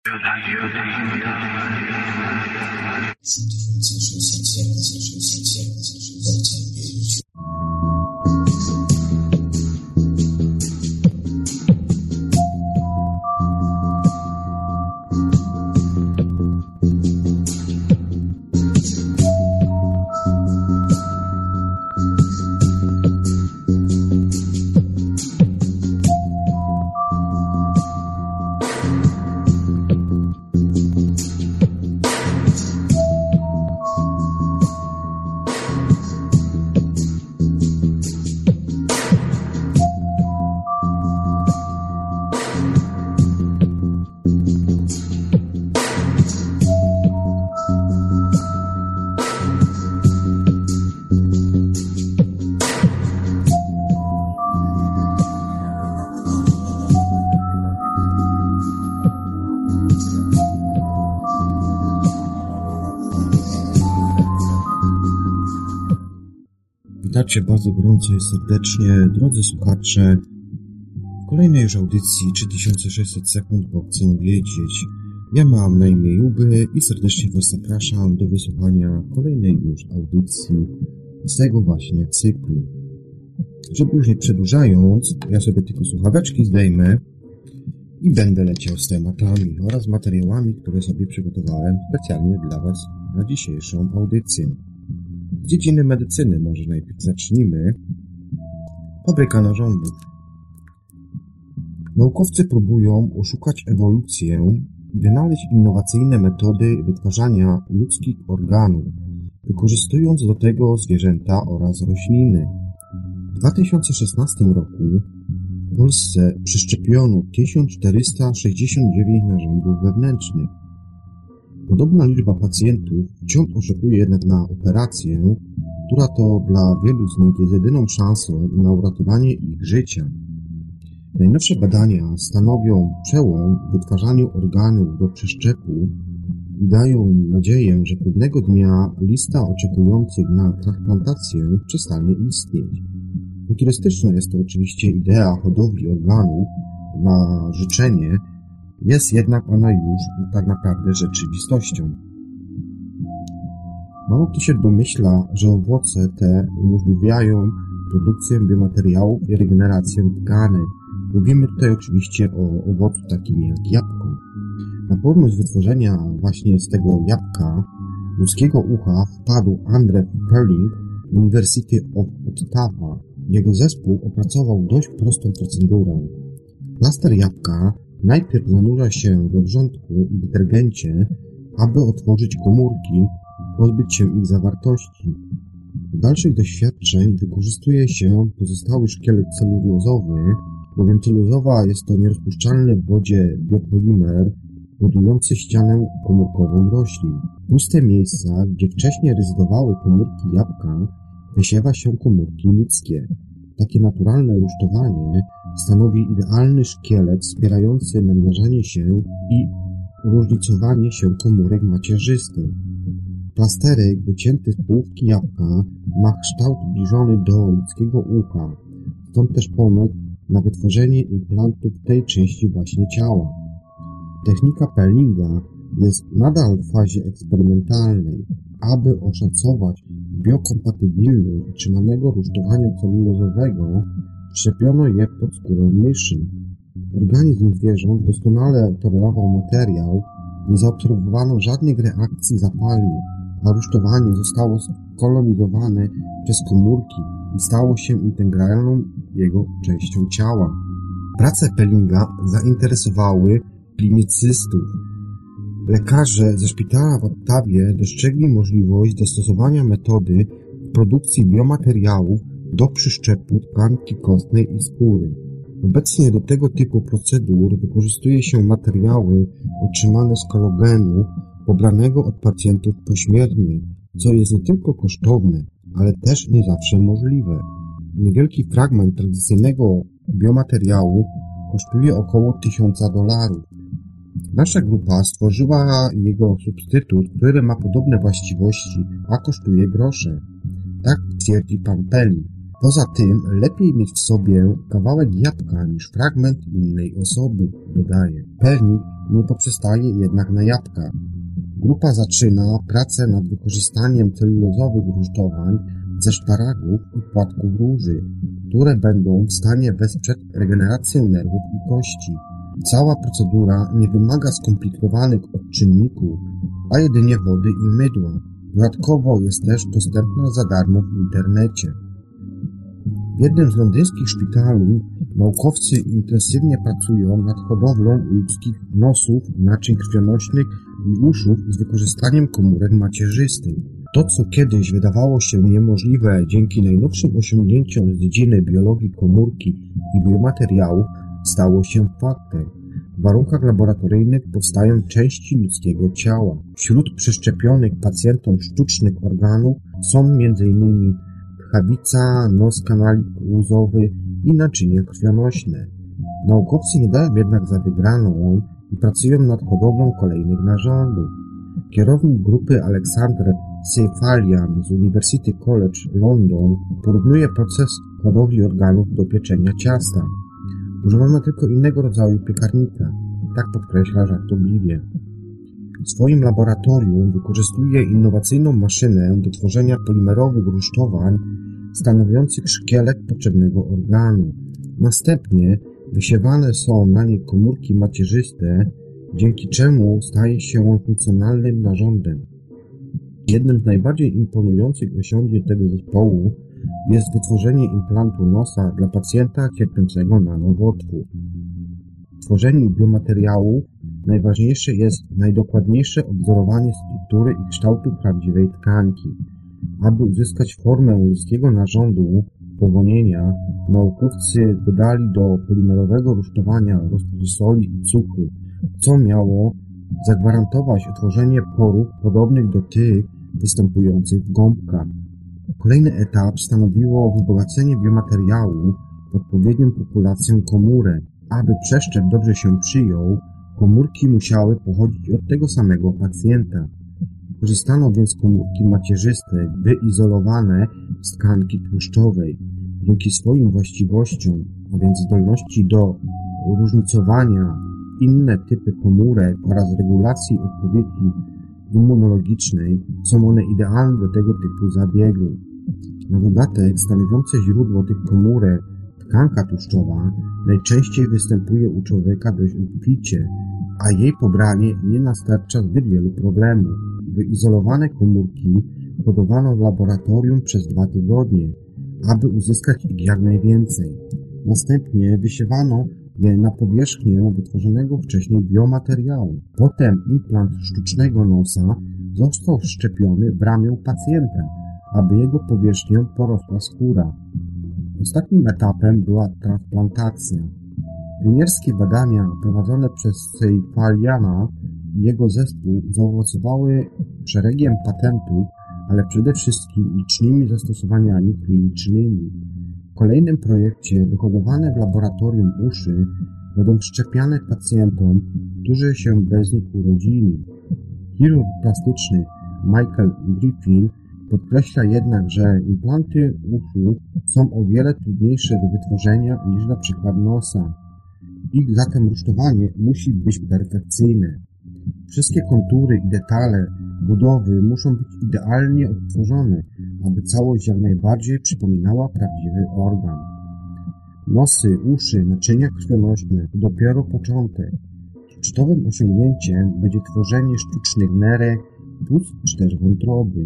Witajcie bardzo gorąco i serdecznie, drodzy słuchacze, w kolejnej już audycji 3600 sekund, bo chcę wiedzieć. Ja mam na imię Juby i serdecznie Was zapraszam do wysłuchania kolejnej już audycji z tego właśnie cyklu. Żeby już nie przedłużając, ja sobie tylko słuchaweczki zdejmę i będę leciał z tematami oraz materiałami, które sobie przygotowałem specjalnie dla Was na dzisiejszą audycję. Z dziedziny medycyny może najpierw zacznijmy. Fabryka narządów. Naukowcy próbują oszukać ewolucję i wynaleźć innowacyjne metody wytwarzania ludzkich organów, wykorzystując do tego zwierzęta oraz rośliny. W 2016 roku w Polsce przeszczepiono 1469 narządów wewnętrznych. Podobna liczba pacjentów wciąż oczekuje jednak na operację, która to dla wielu z nich jest jedyną szansą na uratowanie ich życia. Najnowsze badania stanowią przełom w wytwarzaniu organów do przeszczepu i dają nadzieję, że pewnego dnia lista oczekujących na transplantację przestanie istnieć. Futurystyczna jest to oczywiście idea hodowli organów na życzenie, jest jednak ona już tak naprawdę rzeczywistością. Mało kto się domyśla, że owoce te umożliwiają produkcję biomateriałów i regenerację tkanek. Mówimy tutaj oczywiście o owocu takim jak jabłko. Na pomysł wytworzenia właśnie z tego jabłka ludzkiego ucha wpadł Andrew Perling z University of Ottawa. Jego zespół opracował dość prostą procedurę. Plaster jabłka najpierw zanurza się we wrzątku i detergencie, aby otworzyć komórki, pozbyć się ich zawartości. Do dalszych doświadczeń wykorzystuje się pozostały szkielet celulozowy, bowiem celuloza jest to nierozpuszczalny w wodzie biopolimer budujący ścianę komórkową roślin. W puste miejsca, gdzie wcześniej rezydowały komórki jabłka, wysiewa się komórki ludzkie. Takie naturalne rusztowanie stanowi idealny szkielet wspierający namnażanie się i różnicowanie się komórek macierzystych. Plasterek wycięty z połówki jabłka ma kształt zbliżony do ludzkiego ucha, stąd też pomysł na wytworzenie implantów tej części właśnie ciała. Technika Perlinga jest nadal w fazie eksperymentalnej. Aby oszacować biokompatybilność utrzymanego rusztowania celulozowego, wszczepiono je pod skórę myszy. Organizm zwierząt doskonale tolerował materiał, nie zaobserwowano żadnych reakcji zapalnych, a rusztowanie zostało skolonizowane przez komórki i stało się integralną jego częścią ciała. Prace Perlinga zainteresowały klinicystów. Lekarze ze szpitala w Ottawie dostrzegli możliwość zastosowania metody produkcji biomateriałów do przyszczepu tkanki kostnej i skóry. Obecnie do tego typu procedur wykorzystuje się materiały otrzymane z kolagenu pobranego od pacjentów pośmiertnie, co jest nie tylko kosztowne, ale też nie zawsze możliwe. Niewielki fragment tradycyjnego biomateriału kosztuje około $1000. Nasza grupa stworzyła jego substytut, który ma podobne właściwości, a kosztuje grosze. Tak twierdzi pan Perling. Poza tym lepiej mieć w sobie kawałek jabłka niż fragment innej osoby, dodaje. Pernik nie poprzestaje jednak na jabłkach. Grupa zaczyna pracę nad wykorzystaniem celulozowych rusztowań ze szparagów i płatków róży, które będą w stanie wesprzeć regenerację nerwów i kości. Cała procedura nie wymaga skomplikowanych odczynników, a jedynie wody i mydła. Dodatkowo jest też dostępna za darmo w internecie. W jednym z londyńskich szpitali naukowcy intensywnie pracują nad hodowlą ludzkich nosów, naczyń krwionośnych i uszów z wykorzystaniem komórek macierzystych. To, co kiedyś wydawało się niemożliwe dzięki najnowszym osiągnięciom z dziedziny biologii komórki i biomateriałów, stało się faktem. W warunkach laboratoryjnych powstają części ludzkiego ciała. Wśród przeszczepionych pacjentom sztucznych organów są m.in. tchawica, nos kanalik łzowy i naczynia krwionośne. Naukowcy nie dają jednak za wygraną i pracują nad hodowlą kolejnych narządów. Kierownik grupy Alexander Seyfalian z University College London porównuje proces hodowli organów do pieczenia ciasta. Używano tylko innego rodzaju piekarnika, tak podkreśla żartobliwie. W swoim laboratorium wykorzystuje innowacyjną maszynę do tworzenia polimerowych rusztowań stanowiących szkielet potrzebnego organu. Następnie wysiewane są na nie komórki macierzyste, dzięki czemu staje się on funkcjonalnym narządem. Jednym z najbardziej imponujących osiągnięć tego zespołu jest wytworzenie implantu nosa dla pacjenta cierpiącego na nowotwór. W tworzeniu biomateriału najważniejsze jest najdokładniejsze odwzorowanie struktury i kształtu prawdziwej tkanki. Aby uzyskać formę ludzkiego narządu powonienia, naukowcy dodali do polimerowego rusztowania roztwór soli i cukru, co miało zagwarantować utworzenie porów podobnych do tych występujących w gąbkach. Kolejny etap stanowiło wzbogacenie biomateriału odpowiednią populacją komórek. Aby przeszczep dobrze się przyjął, komórki musiały pochodzić od tego samego pacjenta. Wykorzystano więc komórki macierzyste wyizolowane z tkanki tłuszczowej. Dzięki swoim właściwościom, a więc zdolności do różnicowania inne typy komórek oraz regulacji odpowiedzi immunologicznej, są one idealne do tego typu zabiegu. Na dodatek stanowiące źródło tych komórek, tkanka tłuszczowa, najczęściej występuje u człowieka dość obficie, a jej pobranie nie nastarcza zbyt wielu problemów. Wyizolowane komórki hodowano w laboratorium przez 2 tygodnie, aby uzyskać ich jak najwięcej. Następnie wysiewano je na powierzchnię wytworzonego wcześniej biomateriału. Potem implant sztucznego nosa został wszczepiony w ramię pacjenta, aby jego powierzchnią porosła skóra. Ostatnim etapem była transplantacja. Pionierskie badania prowadzone przez Seyfaliana i jego zespół zaowocowały szeregiem patentów, ale przede wszystkim licznymi zastosowaniami klinicznymi. W kolejnym projekcie wyhodowane w laboratorium uszy będą wszczepiane pacjentom, którzy się bez nich urodzili. Chirurg plastyczny Michael Griffin podkreśla jednak, że implanty uszu są o wiele trudniejsze do wytworzenia niż na przykład nosa. Ich zatem rusztowanie musi być perfekcyjne. Wszystkie kontury i detale budowy muszą być idealnie odtworzone, aby całość jak najbardziej przypominała prawdziwy organ. Nosy, uszy, naczynia krwionośne to dopiero początek. Szczytowym osiągnięciem będzie tworzenie sztucznych nerek, płuc czy też wątroby.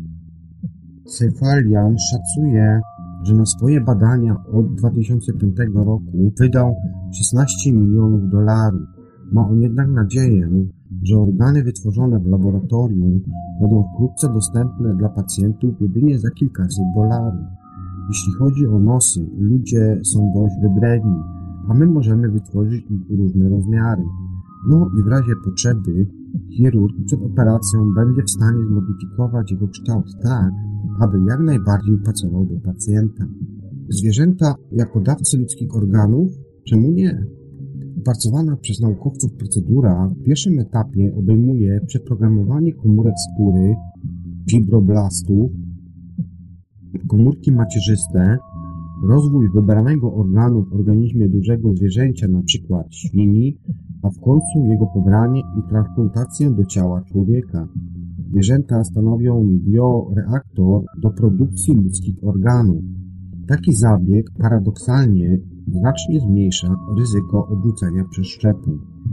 Seyfalian szacuje, że na swoje badania od 2005 roku wydał $16 milionów. Ma on jednak nadzieję, że organy wytworzone w laboratorium będą wkrótce dostępne dla pacjentów jedynie za kilkaset dolarów. Jeśli chodzi o nosy, ludzie są dość wybredni, a my możemy wytworzyć ich różne rozmiary. No i w razie potrzeby chirurg przed operacją będzie w stanie zmodyfikować jego kształt tak, aby jak najbardziej pasował do pacjenta. Zwierzęta jako dawcy ludzkich organów? Czemu nie? Opracowana przez naukowców procedura w pierwszym etapie obejmuje przeprogramowanie komórek skóry, fibroblastów, komórki macierzyste rozwój wybranego organu w organizmie dużego zwierzęcia, np. świni, a w końcu jego pobranie i transplantację do ciała człowieka. Zwierzęta stanowią bioreaktor do produkcji ludzkich organów. Taki zabieg paradoksalnie znacznie zmniejsza ryzyko odrzucenia przeszczepu.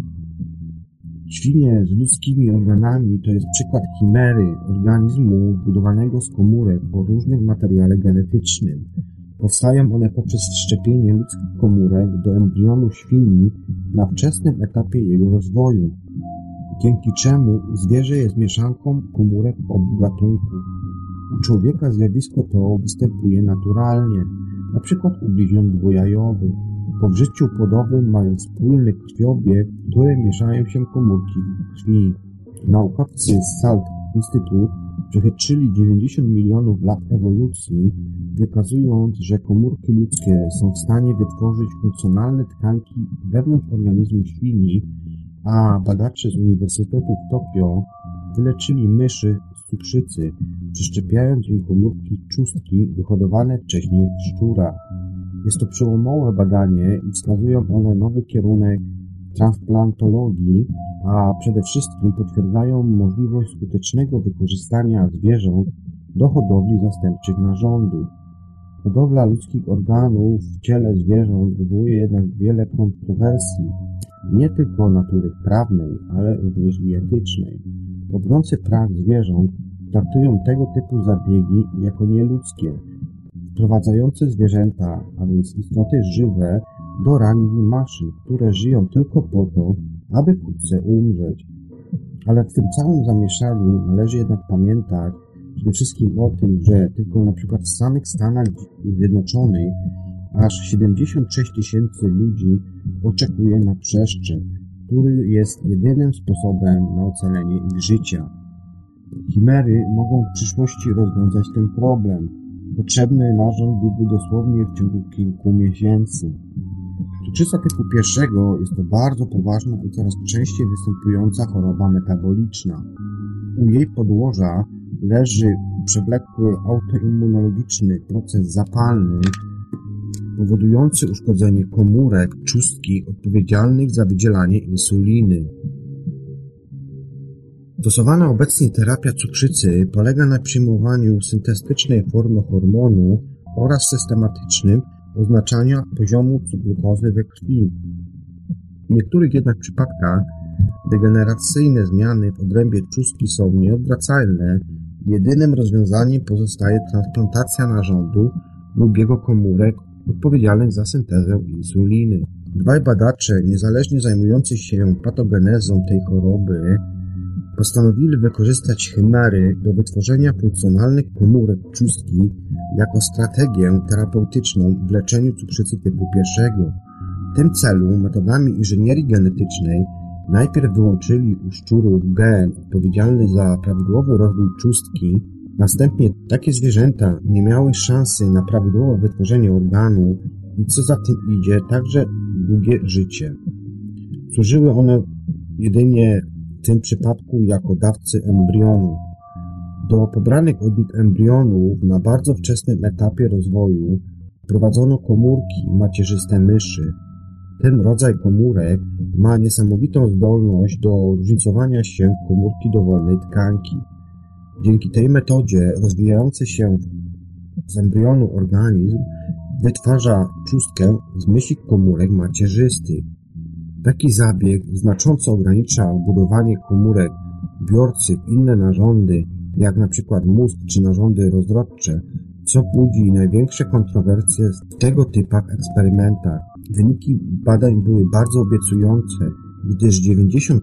Świnie z ludzkimi organami to jest przykład chimery, organizmu budowanego z komórek o różnym materiale genetycznym. Powstają one poprzez wszczepienie ludzkich komórek do embrionu świni na wczesnym etapie jego rozwoju, dzięki czemu zwierzę jest mieszanką komórek obu gatunków. U człowieka zjawisko to występuje naturalnie, np. u bliźniąt dwujajowych. Po wżyciu płodowym mają wspólny krwiobieg, w którym mieszają się komórki krwi. Naukowcy z Salk Institute przechytrzyli 90 milionów lat ewolucji, wykazując, że komórki ludzkie są w stanie wytworzyć funkcjonalne tkanki wewnątrz organizmu świni, a badacze z Uniwersytetu w Tokio wyleczyli myszy z cukrzycy, przeszczepiając im komórki trzustki wyhodowane wcześniej w szczurach. Jest to przełomowe badanie i wskazują one nowy kierunek transplantologii, a przede wszystkim potwierdzają możliwość skutecznego wykorzystania zwierząt do hodowli zastępczych narządów. Hodowla ludzkich organów w ciele zwierząt wywołuje jednak wiele kontrowersji, nie tylko natury prawnej, ale również i etycznej. Obrący praw zwierząt traktują tego typu zabiegi jako nieludzkie, wprowadzające zwierzęta, a więc istoty żywe, do rangi maszyn, które żyją tylko po to, aby wkrótce umrzeć. Ale w tym całym zamieszaniu należy jednak pamiętać przede wszystkim o tym, że tylko na przykład w samych Stanach Zjednoczonych aż 76 tysięcy ludzi oczekuje na przeszczep, który jest jedynym sposobem na ocalenie ich życia. Chimery mogą w przyszłości rozwiązać ten problem. Potrzebny narząd byłby dosłownie w ciągu kilku miesięcy. Cukrzyca typu 1 jest to bardzo poważna i coraz częściej występująca choroba metaboliczna. U jej podłoża leży przewlekły autoimmunologiczny proces zapalny powodujący uszkodzenie komórek trzustki odpowiedzialnych za wydzielanie insuliny. Stosowana obecnie terapia cukrzycy polega na przyjmowaniu syntetycznej formy hormonu oraz systematycznym oznaczania poziomu glukozy we krwi. W niektórych jednak przypadkach degeneracyjne zmiany w odrębie trzustki są nieodwracalne. Jedynym rozwiązaniem pozostaje transplantacja narządu lub jego komórek odpowiedzialnych za syntezę insuliny. Dwaj badacze, niezależnie zajmujący się patogenezą tej choroby, postanowili wykorzystać chimery do wytworzenia funkcjonalnych komórek trzustki jako strategię terapeutyczną w leczeniu cukrzycy typu 1. W tym celu metodami inżynierii genetycznej najpierw wyłączyli u szczurów gen odpowiedzialny za prawidłowy rozwój trzustki, następnie takie zwierzęta nie miały szansy na prawidłowe wytworzenie organu i co za tym idzie, także długie życie. Służyły one jedynie w tym przypadku jako dawcy embrionu. Do pobranych od nich embrionów na bardzo wczesnym etapie rozwoju wprowadzono komórki macierzyste myszy. Ten rodzaj komórek ma niesamowitą zdolność do różnicowania się w komórki dowolnej tkanki. Dzięki tej metodzie rozwijający się z embrionu organizm wytwarza trzustkę z mysich komórek macierzystych. Taki zabieg znacząco ogranicza budowanie komórek biorcy w inne narządy, jak na przykład mózg czy narządy rozrodcze, co budzi największe kontrowersje w tego typu eksperymentach. Wyniki badań były bardzo obiecujące, gdyż 90%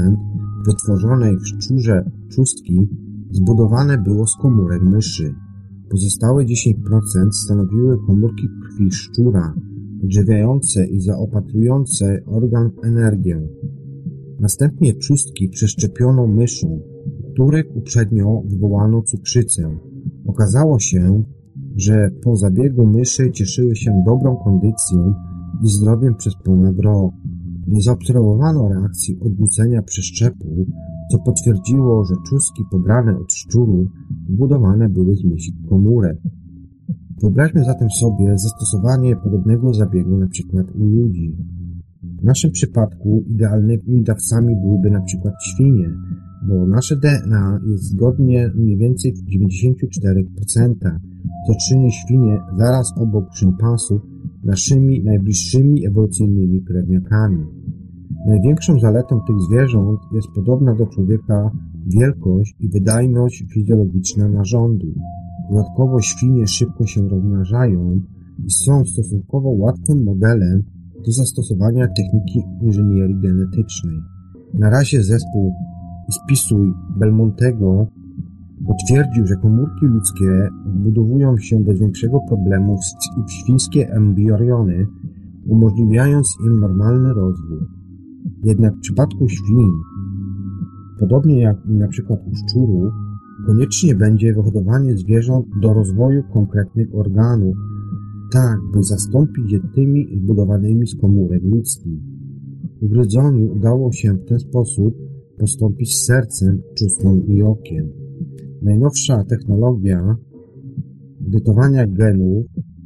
wytworzonej w szczurze trzustki zbudowane było z komórek myszy. Pozostałe 10% stanowiły komórki krwi szczura, odżywiające i zaopatrujące organ w energię. Następnie trzustki przeszczepiono myszom, których uprzednio wywołano cukrzycę. Okazało się, że po zabiegu myszy cieszyły się dobrą kondycją i zdrowiem przez ponad rok. Nie zaobserwowano reakcji odrzucenia przeszczepu, co potwierdziło, że trzustki pobrane od szczurów zbudowane były z mysich komórek. Wyobraźmy zatem sobie zastosowanie podobnego zabiegu np. u ludzi. W naszym przypadku idealnymi dawcami byłyby np. świnie, bo nasze DNA jest zgodnie mniej więcej w 94%, co czyni świnie zaraz obok szympansów naszymi najbliższymi ewolucyjnymi krewniakami. Największą zaletą tych zwierząt jest podobna do człowieka wielkość i wydajność fizjologiczna narządu. Dodatkowo świnie szybko się rozmnażają i są stosunkowo łatwym modelem do zastosowania techniki inżynierii genetycznej. Na razie zespół Spisuj Belmontego potwierdził, że komórki ludzkie odbudowują się bez większego problemu w świńskie embriony, umożliwiając im normalny rozwój. Jednak w przypadku świń, podobnie jak i np. u szczurów, koniecznie będzie wyhodowanie zwierząt do rozwoju konkretnych organów, tak by zastąpić je tymi zbudowanymi z komórek ludzkich. Ugryzoniu udało się w ten sposób postąpić z sercem, czustą i okiem. Najnowsza technologia edytowania genów,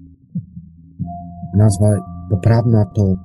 nazwa poprawna to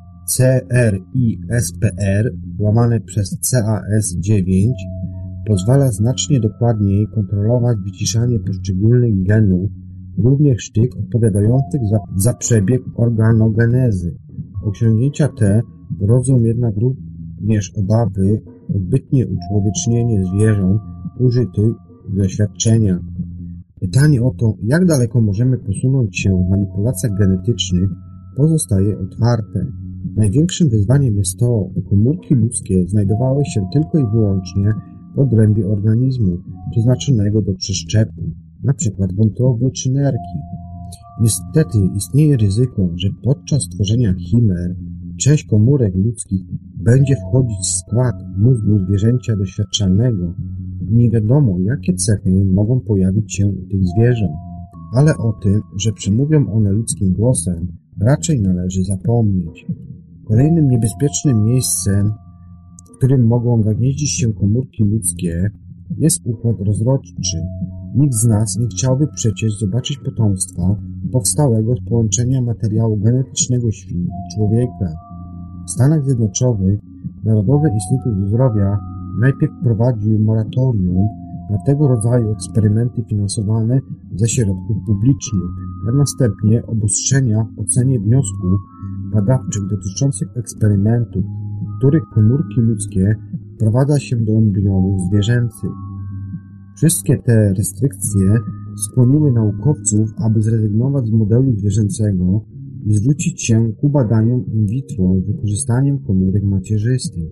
CRISPR łamane przez CAS9, pozwala znacznie dokładniej kontrolować wyciszanie poszczególnych genów, również tych odpowiadających za przebieg organogenezy. Osiągnięcia te rodzą jednak również obawy o zbytnie uczłowiecznienie zwierząt użytych do doświadczenia. Pytanie o to, jak daleko możemy posunąć się w manipulacjach genetycznych, pozostaje otwarte. Największym wyzwaniem jest to, by komórki ludzkie znajdowały się tylko i wyłącznie w odrębie organizmu przeznaczonego do przeszczepu, np. wątroby czy nerki. Niestety istnieje ryzyko, że podczas tworzenia chimer część komórek ludzkich będzie wchodzić w skład mózgu zwierzęcia doświadczalnego i nie wiadomo, jakie cechy mogą pojawić się u tych zwierząt. Ale o tym, że przemówią one ludzkim głosem, raczej należy zapomnieć. Kolejnym niebezpiecznym miejscem, w którym mogą zagnieździć się komórki ludzkie, jest układ rozrodczy. Nikt z nas nie chciałby przecież zobaczyć potomstwa powstałego z połączenia materiału genetycznego świń i człowieka. W Stanach Zjednoczonych Narodowy Instytut Zdrowia najpierw prowadził moratorium na tego rodzaju eksperymenty finansowane ze środków publicznych, a następnie obostrzenia w ocenie wniosków badawczych dotyczących eksperymentów, w których komórki ludzkie wprowadza się do embrionów zwierzęcych. Wszystkie te restrykcje skłoniły naukowców, aby zrezygnować z modelu zwierzęcego i zwrócić się ku badaniom in vitro z wykorzystaniem komórek macierzystych.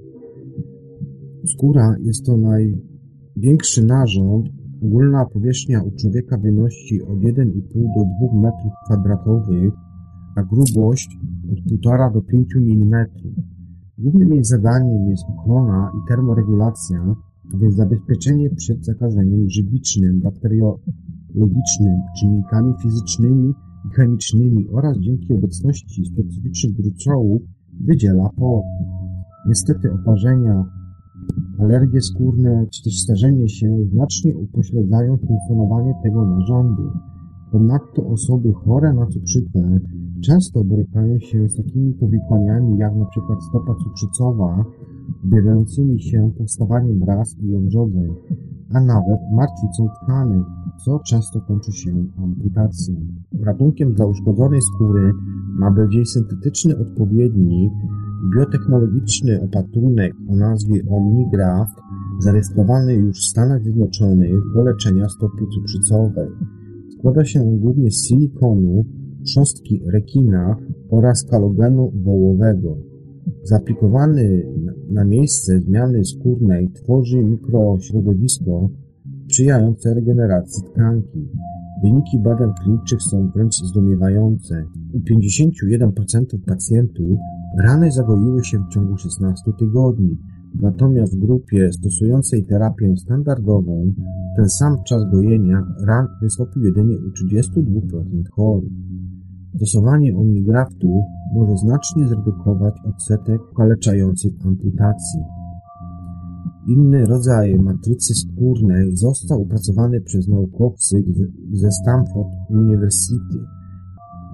Skóra jest to największy narząd. Ogólna powierzchnia u człowieka wynosi od 1,5 do 2 m2, a grubość od 1,5 do 5 mm. Głównym jej zadaniem jest ochrona i termoregulacja, a więc zabezpieczenie przed zakażeniem żywicznym, bakteriologicznym, czynnikami fizycznymi i chemicznymi oraz dzięki obecności specyficznych gruczołów wydziela pot. Niestety oparzenia, alergie skórne czy też starzenie się znacznie upośledzają funkcjonowanie tego narządu. Ponadto osoby chore na cukrzycę często borykają się z takimi powikłaniami jak np. stopa cukrzycowa, objawiającymi się powstawaniem raz i ogrzodzeń, a nawet martwicą tkanek, co często kończy się amputacją. Ratunkiem dla uszkodzonej skóry ma być jej syntetyczny odpowiednik, biotechnologiczny opatrunek o nazwie OmniGraft, zarejestrowany już w Stanach Zjednoczonych do leczenia stopy cukrzycowej. Składa się on głównie z silikonu, cząstki rekina oraz kolagenu wołowego. Zaaplikowany na miejsce zmiany skórnej tworzy mikrośrodowisko sprzyjające regeneracji tkanki. Wyniki badań klinicznych są wręcz zdumiewające. U 51% pacjentów rany zagoiły się w ciągu 16 tygodni, natomiast w grupie stosującej terapię standardową ten sam czas gojenia ran wystąpił jedynie u 32% chorych. Stosowanie OmniGraftu może znacznie zredukować odsetek okaleczających amputacji. Inny rodzaj matrycy skórnej został opracowany przez naukowców ze Stanford University.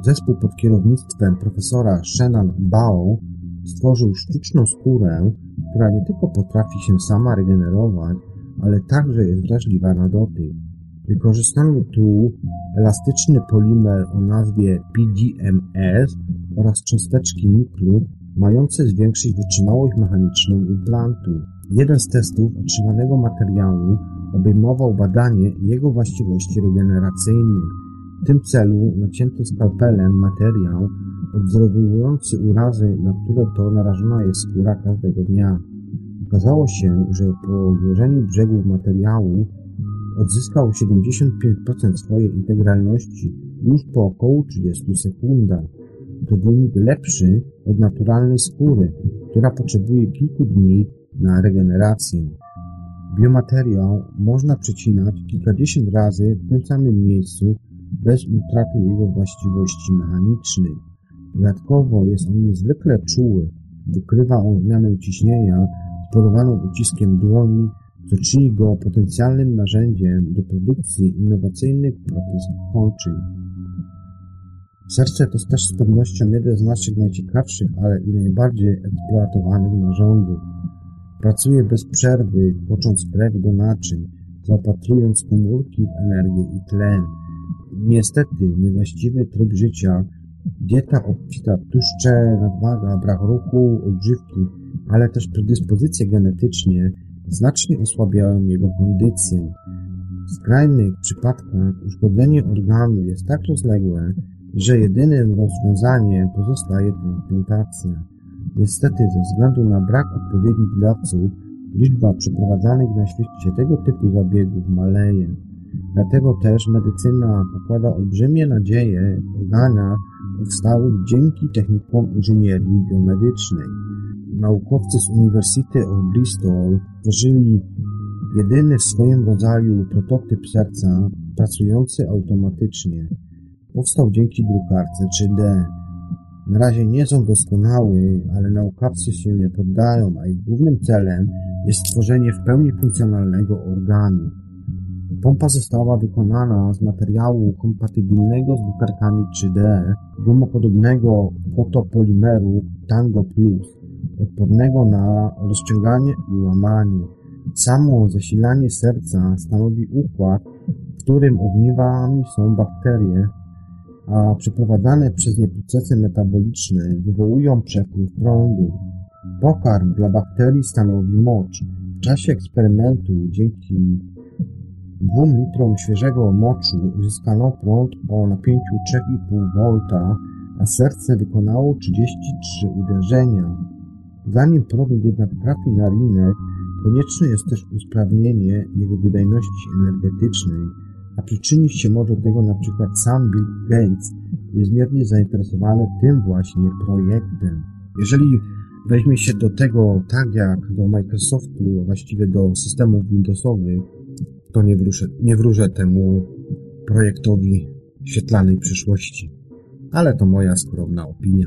Zespół pod kierownictwem profesora Shannon Bao stworzył sztuczną skórę, która nie tylko potrafi się sama regenerować, ale także jest wrażliwa na dotyk. Wykorzystano tu elastyczny polimer o nazwie PDMS oraz cząsteczki niklu, mające zwiększyć wytrzymałość mechaniczną implantu. Jeden z testów otrzymanego materiału obejmował badanie jego właściwości regeneracyjnych. W tym celu nacięto skalpelem materiał odwzorowujący urazy, na które to narażona jest skóra każdego dnia. Okazało się, że po złożeniu brzegów materiału odzyskał 75% swojej integralności już po około 30 sekundach. To wynik lepszy od naturalnej skóry, która potrzebuje kilku dni na regenerację. Biomateriał można przecinać kilkadziesiąt razy w tym samym miejscu bez utraty jego właściwości mechanicznych. Dodatkowo jest on niezwykle czuły. Wykrywa on zmianę ciśnienia spowodowaną uciskiem dłoni, co czyni go potencjalnym narzędziem do produkcji innowacyjnych protez kończyn. Serce to też z pewnością jeden z naszych najciekawszych, ale i najbardziej eksploatowanych narządów. Pracuje bez przerwy, tocząc krew do naczyń, zaopatrując komórki w energię i tlen. Niestety, niewłaściwy tryb życia, dieta obfita w tłuszcze, nadwaga, brak ruchu, odżywki, ale też predyspozycje genetycznie znacznie osłabiają jego kondycję. W skrajnych przypadkach uszkodzenie organu jest tak rozległe, że jedynym rozwiązaniem pozostaje transplantacja. Niestety, ze względu na brak odpowiednich dawców, liczba przeprowadzanych na świecie tego typu zabiegów maleje. Dlatego też medycyna pokłada olbrzymie nadzieje w organach powstałych dzięki technikom inżynierii biomedycznej. Naukowcy z Uniwersytetu of Bristol stworzyli jedyny w swoim rodzaju prototyp serca pracujący automatycznie. Powstał dzięki drukarce 3D. Na razie nie są doskonały, ale naukowcy się nie poddają, a ich głównym celem jest stworzenie w pełni funkcjonalnego organu. Pompa została wykonana z materiału kompatybilnego z drukarkami 3D, gumopodobnego fotopolimeru Tango Plus, odpornego na rozciąganie i łamanie. Samo zasilanie serca stanowi układ, w którym ogniwami są bakterie, a przeprowadzane przez nie procesy metaboliczne wywołują przepływ prądu. Pokarm dla bakterii stanowi mocz. W czasie eksperymentu dzięki 2 litrom świeżego moczu uzyskano prąd o napięciu 3,5 V, a serce wykonało 33 uderzenia. Zanim produkt jednak trafi na rynek, konieczne jest też usprawnienie jego wydajności energetycznej, a przyczynić się może do tego np. sam Bill Gates, niezmiernie zainteresowany tym właśnie projektem. Jeżeli weźmie się do tego tak jak do Microsoftu, właściwie do systemów Windowsowych, to nie wróżę temu projektowi świetlanej przyszłości. Ale to moja skromna opinia.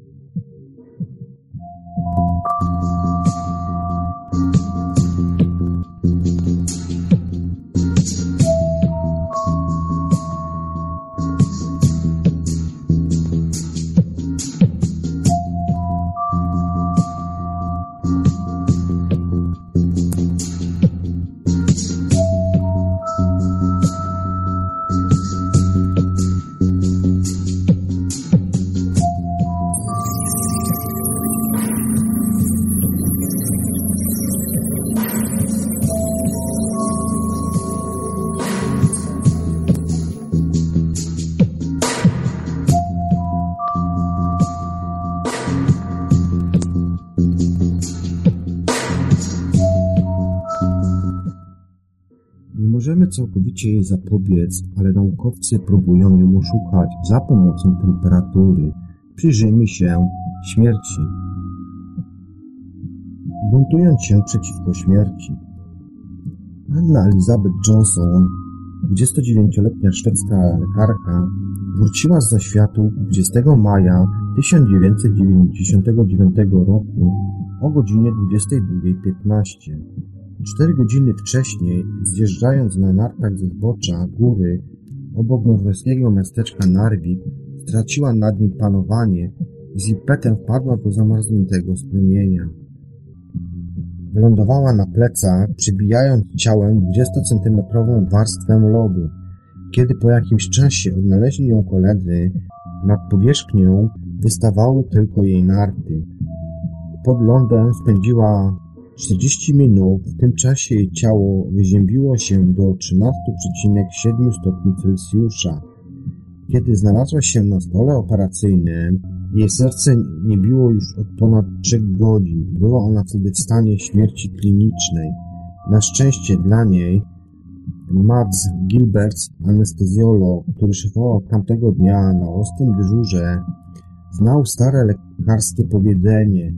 możemy całkowicie jej zapobiec, ale naukowcy próbują ją oszukać za pomocą temperatury. Przyjrzyjmy się śmierci. Buntując się przeciwko śmierci. Anna Elizabeth Johnson, 29-letnia szwedzka lekarka, wróciła z zaświatu 20 maja 1999 roku o godzinie 22:15. 4 godziny wcześniej, zjeżdżając na nartach ze zbocza góry obok norweskiego miasteczka Narvik, straciła nad nim panowanie i z impetem wpadła do zamarzniętego strumienia. Wylądowała na plecach, przybijając ciałem 20-centymetrową warstwę lodu. Kiedy po jakimś czasie odnaleźli ją koledzy, nad powierzchnią wystawały tylko jej narty. Pod lądem spędziła 40 minut, w tym czasie jej ciało wyziębiło się do 13,7 stopni Celsjusza. Kiedy znalazła się na stole operacyjnym, jej serce nie biło już od ponad 3 godzin. Była ona wtedy w stanie śmierci klinicznej. Na szczęście dla niej Mads Gilberts, anestezjolog, który szefował tamtego dnia na ostrym dyżurze, znał stare lekarskie powiedzenie,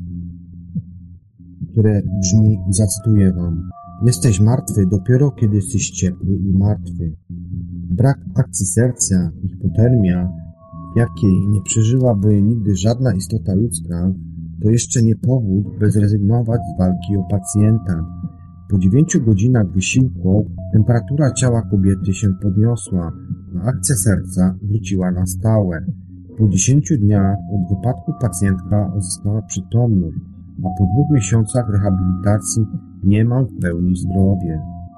które brzmi, zacytuję wam: jesteś martwy dopiero kiedy jesteś ciepły i martwy. Brak akcji serca i hipotermia, jakiej nie przeżyłaby nigdy żadna istota ludzka, to jeszcze nie powód, by zrezygnować z walki o pacjenta. Po 9 godzinach wysiłku temperatura ciała kobiety się podniosła, a akcja serca wróciła na stałe. Po 10 dniach od wypadku pacjentka odzyskała przytomność, a po 2 miesiącach rehabilitacji niemal w pełni zdrowie.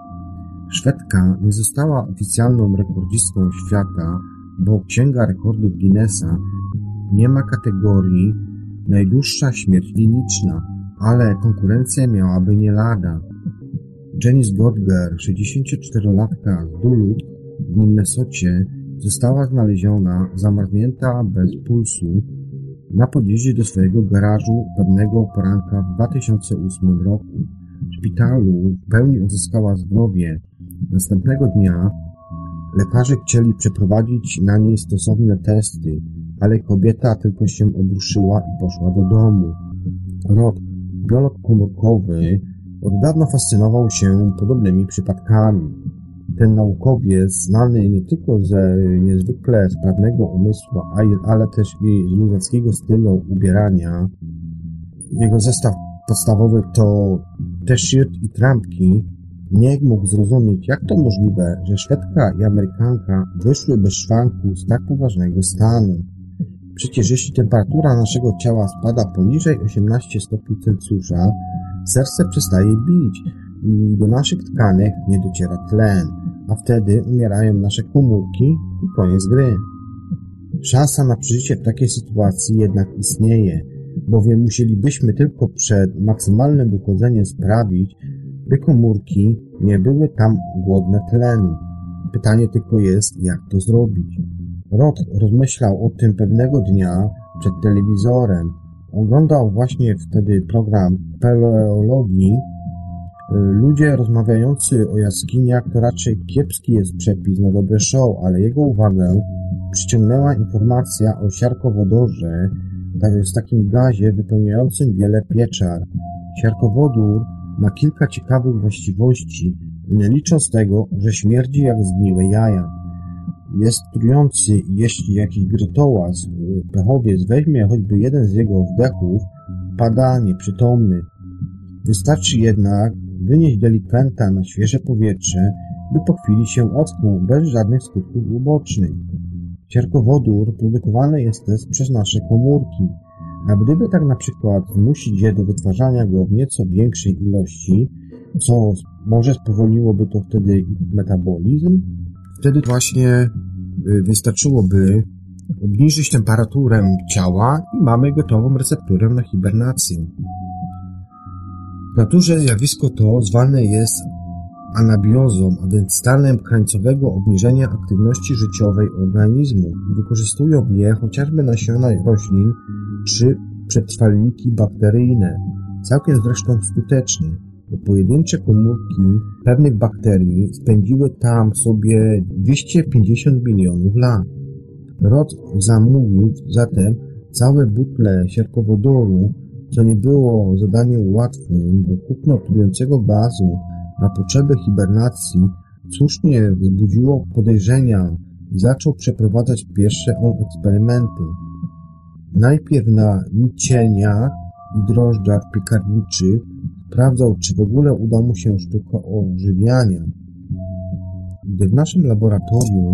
Szwedka nie została oficjalną rekordzistką świata, bo Księga Rekordów Guinnessa nie ma kategorii najdłuższa śmierć kliniczna, ale konkurencja miałaby nie lada. Janice Godger, 64-latka z Duluth w Minnesocie, została znaleziona zamarznięta bez pulsu na podjeździe do swojego garażu pewnego poranka w 2008 roku. W szpitalu w pełni odzyskała zdrowie. Następnego dnia lekarze chcieli przeprowadzić na niej stosowne testy, ale kobieta tylko się obruszyła i poszła do domu. Rod, biolog komórkowy, od dawna fascynował się podobnymi przypadkami. Ten naukowiec, znany nie tylko ze niezwykle sprawnego umysłu, ale też i z luzackiego stylu ubierania. Jego zestaw podstawowy to t-shirt i trampki. Nie mógł zrozumieć, jak to możliwe, że Szwedka i Amerykanka wyszły bez szwanku z tak poważnego stanu. Przecież jeśli temperatura naszego ciała spada poniżej 18 stopni Celsjusza, serce przestaje bić i do naszych tkanek nie dociera tlen, a wtedy umierają nasze komórki i koniec gry. Szansa na przeżycie w takiej sytuacji jednak istnieje, bowiem musielibyśmy tylko przed maksymalnym wychodzeniem sprawić, by komórki nie były tam głodne tlenu. Pytanie tylko jest, jak to zrobić. Rod rozmyślał o tym pewnego dnia przed telewizorem. Oglądał właśnie wtedy program paleologii. Ludzie rozmawiający o jaskiniach to raczej kiepski jest przepis na dobre show, ale jego uwagę przyciągnęła informacja o siarkowodorze, to jest takim gazie wypełniającym wiele pieczar. Siarkowodór ma kilka ciekawych właściwości, nie licząc tego, że śmierdzi jak zgniłe jaja. Jest trujący i jeśli jakiś grytołaz, pechowiec weźmie choćby jeden z jego wdechów, pada nieprzytomny. Wystarczy jednak wynieść delikwenta na świeże powietrze, by po chwili się ocknął bez żadnych skutków ubocznych. Siarkowodór produkowany jest też przez nasze komórki, a gdyby tak na przykład zmusić je do wytwarzania go w nieco większej ilości, co może spowolniłoby to wtedy ich metabolizm, wtedy właśnie wystarczyłoby obniżyć temperaturę ciała i mamy gotową recepturę na hibernację. W naturze zjawisko to zwane jest anabiozą, a więc stanem krańcowego obniżenia aktywności życiowej organizmu. Wykorzystują je chociażby nasiona roślin czy przetrwalniki bakteryjne. Całkiem zresztą skutecznie, bo pojedyncze komórki pewnych bakterii spędziły tam sobie 250 milionów lat. Rod zamówił zatem całe butle siarkowodoru, co nie było zadaniem łatwym, bo kupno trującego gazu na potrzeby hibernacji słusznie wzbudziło podejrzenia i zaczął przeprowadzać pierwsze eksperymenty. Najpierw na nicieniach i drożdżach piekarniczych sprawdzał, czy w ogóle uda mu się sztuka ożywiania. Gdy w naszym laboratorium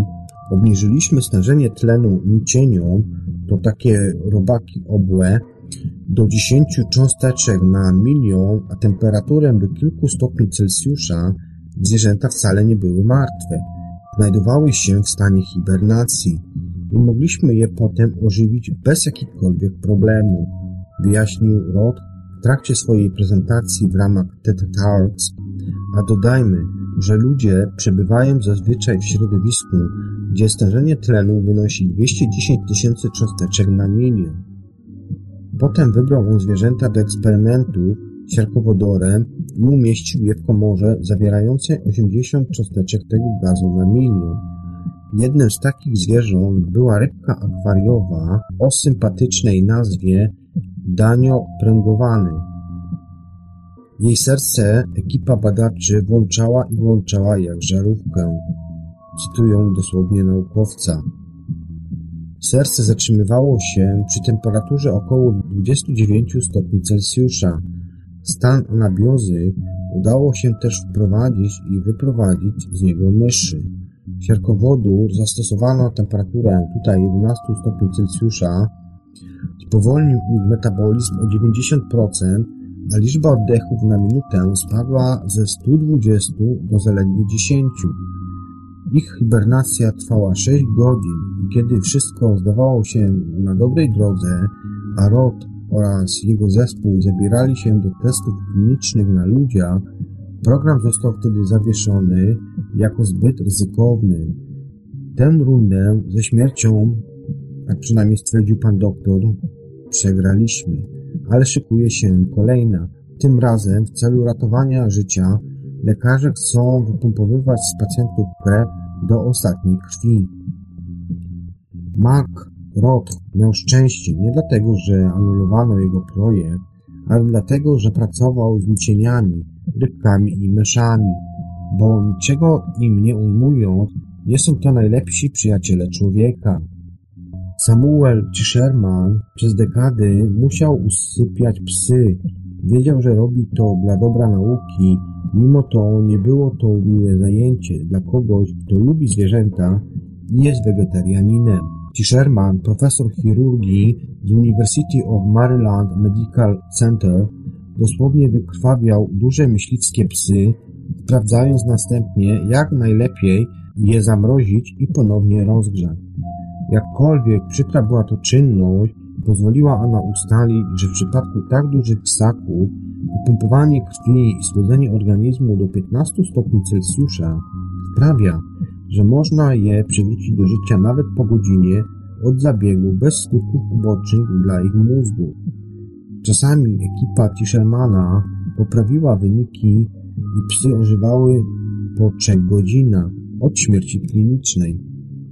Obniżyliśmy stężenie tlenu nicienią, to takie robaki obłe, do 10 cząsteczek na milion, a temperaturę do kilku stopni Celsjusza, zwierzęta wcale nie były martwe. Znajdowały się w stanie hibernacji i mogliśmy je potem ożywić bez jakichkolwiek problemów, wyjaśnił Roth w trakcie swojej prezentacji w ramach TED Talks, a dodajmy, że ludzie przebywają zazwyczaj w środowisku, gdzie stężenie tlenu wynosi 210 tysięcy cząsteczek na milion. Potem wybrał on zwierzęta do eksperymentu siarkowodorem i umieścił je w komorze zawierającej 80 cząsteczek tego gazu na milion. Jednym z takich zwierząt była rybka akwariowa o sympatycznej nazwie Danio pręgowany. Jej serce ekipa badaczy włączała jak żarówkę. Cytują dosłownie naukowca. Serce zatrzymywało się przy temperaturze około 29 stopni Celsjusza. Stan anabiozy udało się też wprowadzić i wyprowadzić z niego myszy. Siarkowodór zastosowano temperaturę tutaj 11 stopni Celsjusza, spowolnił ich metabolizm o 90%, a liczba oddechów na minutę spadła ze 120 do zaledwie 10. Ich hibernacja trwała 6 godzin i kiedy wszystko zdawało się na dobrej drodze, a Roth oraz jego zespół zabierali się do testów klinicznych na ludziach, program został wtedy zawieszony jako zbyt ryzykowny. Tę rundę ze śmiercią, jak przynajmniej stwierdził pan doktor, przegraliśmy, ale szykuje się kolejna. Tym razem w celu ratowania życia lekarze chcą wypompowywać z pacjentów krew do ostatniej krwi. Mark Roth miał szczęście nie dlatego, że anulowano jego projekt, ale dlatego, że pracował z nicieniami, rybkami i myszami, bo niczego im nie ujmując, nie są to najlepsi przyjaciele człowieka. Samuel Tischerman przez dekady musiał usypiać psy. Wiedział, że robi to dla dobra nauki, mimo to nie było to miłe zajęcie dla kogoś, kto lubi zwierzęta i jest wegetarianinem. Tischerman, profesor chirurgii z University of Maryland Medical Center, dosłownie wykrwawiał duże myśliwskie psy, sprawdzając następnie, jak najlepiej je zamrozić i ponownie rozgrzać. Jakkolwiek przykra była to czynność, pozwoliła ona ustalić, że w przypadku tak dużych ssaków wypompowanie krwi i schłodzenie organizmu do 15 stopni Celsjusza sprawia, że można je przywrócić do życia nawet po godzinie od zabiegu bez skutków ubocznych dla ich mózgu. Czasami ekipa Tischermana poprawiła wyniki i psy ożywały po 3 godzinach od śmierci klinicznej.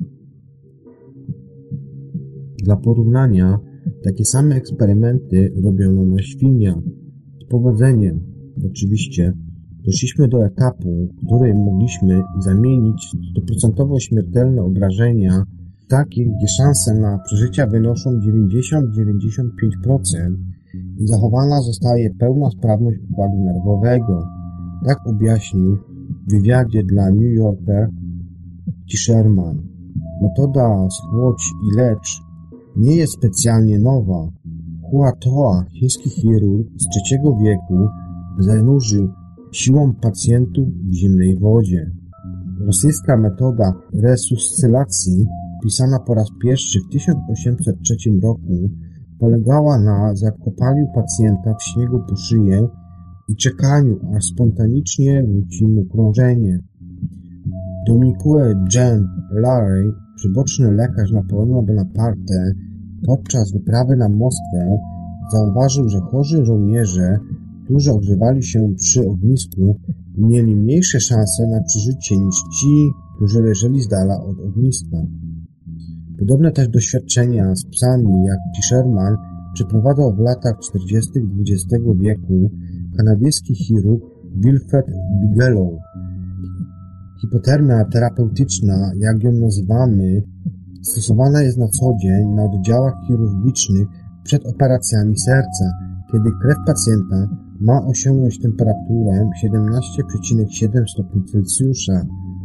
Dla porównania, takie same eksperymenty robiono na świniach. Z powodzeniem, oczywiście, doszliśmy do etapu, w którym mogliśmy zamienić 100% śmiertelne obrażenia w takie, gdzie szanse na przeżycie wynoszą 90-95% i zachowana zostaje pełna sprawność układu nerwowego. Tak objaśnił w wywiadzie dla New Yorker Tischerman. Metoda schłodź i lecz nie jest specjalnie nowa. Hua Toa, chiński chirurg z III wieku, zanurzył siłą pacjentów w zimnej wodzie. Rosyjska metoda resuscytacji, pisana po raz pierwszy w 1803 roku, polegała na zakopaniu pacjenta w śniegu po szyję i czekaniu, aż spontanicznie wróci mu krążenie. Dominique Jean Larrey, przyboczny lekarz Napoleona Bonaparte, podczas wyprawy na Moskwę zauważył, że chorzy żołnierze, którzy ogrzewali się przy ognisku, mieli mniejsze szanse na przeżycie niż ci, którzy leżeli z dala od ogniska. Podobne też doświadczenia z psami jak Tischerman przeprowadzał w latach 40. XX wieku kanadyjski chirurg Wilfred Bigelow. Hipotermia terapeutyczna, jak ją nazywamy, stosowana jest na co dzień na oddziałach chirurgicznych przed operacjami serca, kiedy krew pacjenta ma osiągnąć temperaturę 17,7 stopni Celsjusza.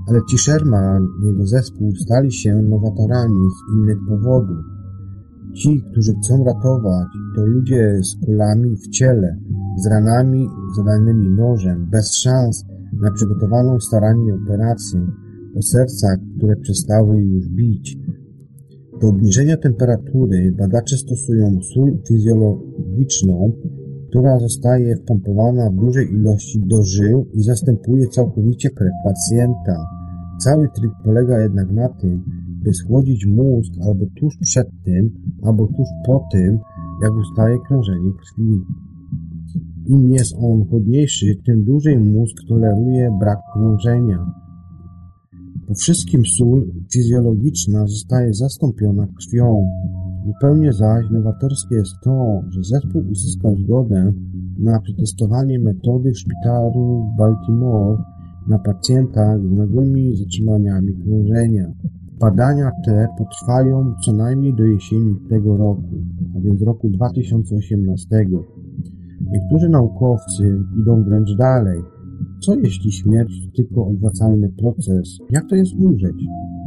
Ale ci Sherman i jego zespół stali się nowatorami z innych powodów. Ci, którzy chcą ratować, to ludzie z kulami w ciele, z ranami zadanymi nożem, bez szans na przygotowaną starannie operację, o sercach, które przestały już bić. Do obniżenia temperatury badacze stosują sól fizjologiczną, która zostaje wpompowana w dużej ilości do żył i zastępuje całkowicie krew pacjenta. Cały trik polega jednak na tym, by schłodzić mózg albo tuż przed tym, albo tuż po tym, jak ustaje krążenie krwi. Im jest on chłodniejszy, tym dłużej mózg toleruje brak krążenia. Po wszystkim sól fizjologiczna zostaje zastąpiona krwią. Zupełnie zaś nowatorskie jest to, że zespół uzyskał zgodę na przetestowanie metody w szpitalu w Baltimore na pacjentach z nagłymi zatrzymaniami krążenia. Badania te potrwają co najmniej do jesieni tego roku, a więc roku 2018. Niektórzy naukowcy idą wręcz dalej. Co jeśli śmierć to tylko odwracalny proces? Jak to jest umrzeć?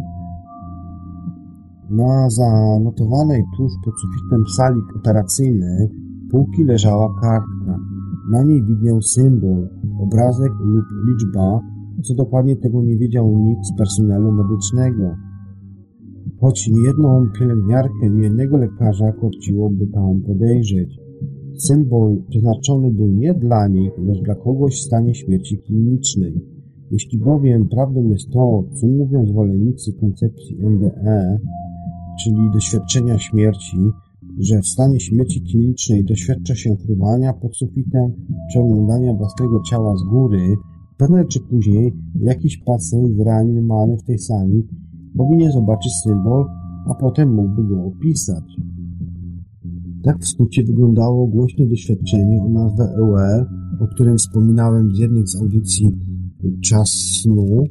Na zanotowanej tuż pod sufitem sali operacyjnej półki leżała kartka. Na niej widniał symbol, obrazek lub liczba, co dokładnie tego nie wiedział nikt z personelu medycznego. Choć nie jedną pielęgniarkę, nie jednego lekarza korciłoby tam podejrzeć. Symbol przeznaczony był nie dla nich, lecz dla kogoś w stanie śmierci klinicznej. Jeśli bowiem prawdą jest to, co mówią zwolennicy koncepcji NDE, czyli doświadczenia śmierci, że w stanie śmierci klinicznej doświadcza się fruwania pod sufitem czy oglądania własnego ciała z góry, prędzej czy później jakiś pacjent zreanimowany w tej sali powinien zobaczyć symbol, a potem mógłby go opisać. Tak w skrócie wyglądało głośne doświadczenie o nazwie EUR, o którym wspominałem w jednej z audycji Czas snu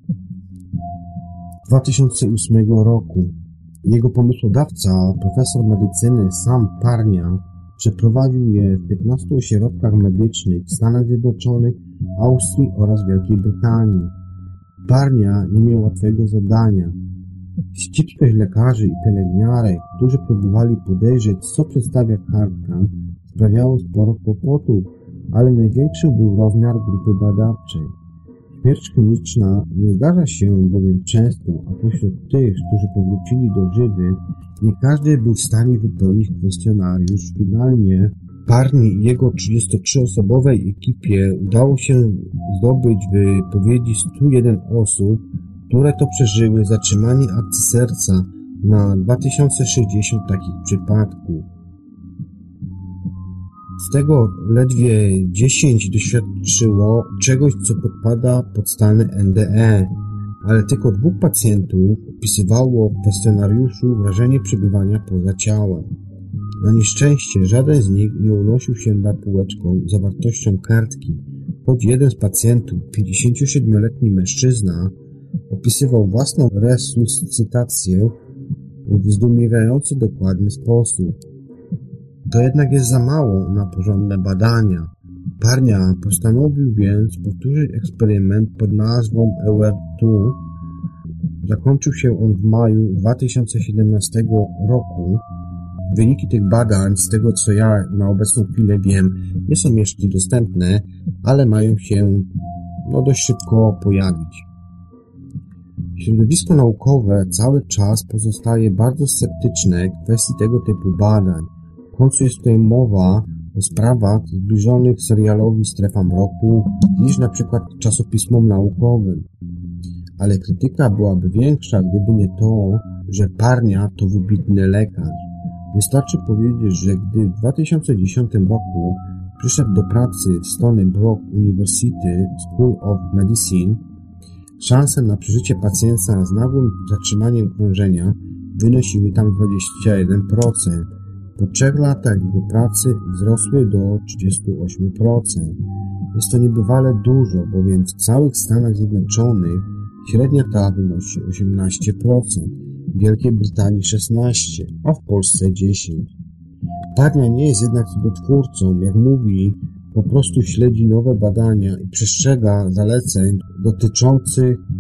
2008 roku. Jego pomysłodawca, profesor medycyny Sam Parnia, przeprowadził je w 15 ośrodkach medycznych w Stanach Zjednoczonych, Austrii oraz Wielkiej Brytanii. Parnia nie miał łatwego zadania. Ścipkość lekarzy i pielęgniarek, którzy próbowali podejrzeć, co przedstawia kartka, sprawiało sporo kłopotów, ale największy był rozmiar grupy badawczej. Śmierć kliniczna nie zdarza się bowiem często, a pośród tych, którzy powrócili do żywych, nie każdy był w stanie wypełnić kwestionariusz. Finalnie Parni i jego 33-osobowej ekipie udało się zdobyć wypowiedzi 101 osób, które to przeżyły zatrzymanie akcji serca na 2060 takich przypadków. Z tego ledwie 10 doświadczyło czegoś, co podpada pod stany NDE, ale tylko 2 pacjentów opisywało w kwestionariuszu wrażenie przebywania poza ciałem. Na nieszczęście żaden z nich nie unosił się nad półeczką zawartością kartki, choć jeden z pacjentów, 57-letni mężczyzna, opisywał własną resuscytację w zdumiewający dokładny sposób. To jednak jest za mało na porządne badania. Parnia postanowił więc powtórzyć eksperyment pod nazwą EUR2. Zakończył się on w maju 2017 roku. Wyniki tych badań, z tego co ja na obecną chwilę wiem, nie są jeszcze dostępne, ale mają się dość szybko pojawić. Środowisko naukowe cały czas pozostaje bardzo sceptyczne w kwestii tego typu badań. W końcu jest tutaj mowa o sprawach zbliżonych serialowi Strefa Mroku niż na przykład czasopismom naukowym. Ale krytyka byłaby większa, gdyby nie to, że Parnia to wybitny lekarz. Wystarczy powiedzieć, że gdy w 2010 roku przyszedł do pracy w Stony Brook University School of Medicine, szanse na przeżycie pacjenta z nagłym zatrzymaniem krążenia wynosiły tam 21%. Po 3 latach jego pracy wzrosły do 38%. Jest to niebywale dużo, bowiem w całych Stanach Zjednoczonych średnia ta wynosi 18%, w Wielkiej Brytanii 16%, a w Polsce 10%. Parnia nie jest jednak cudotwórcą, jak mówi, po prostu śledzi nowe badania i przestrzega zaleceń dotyczących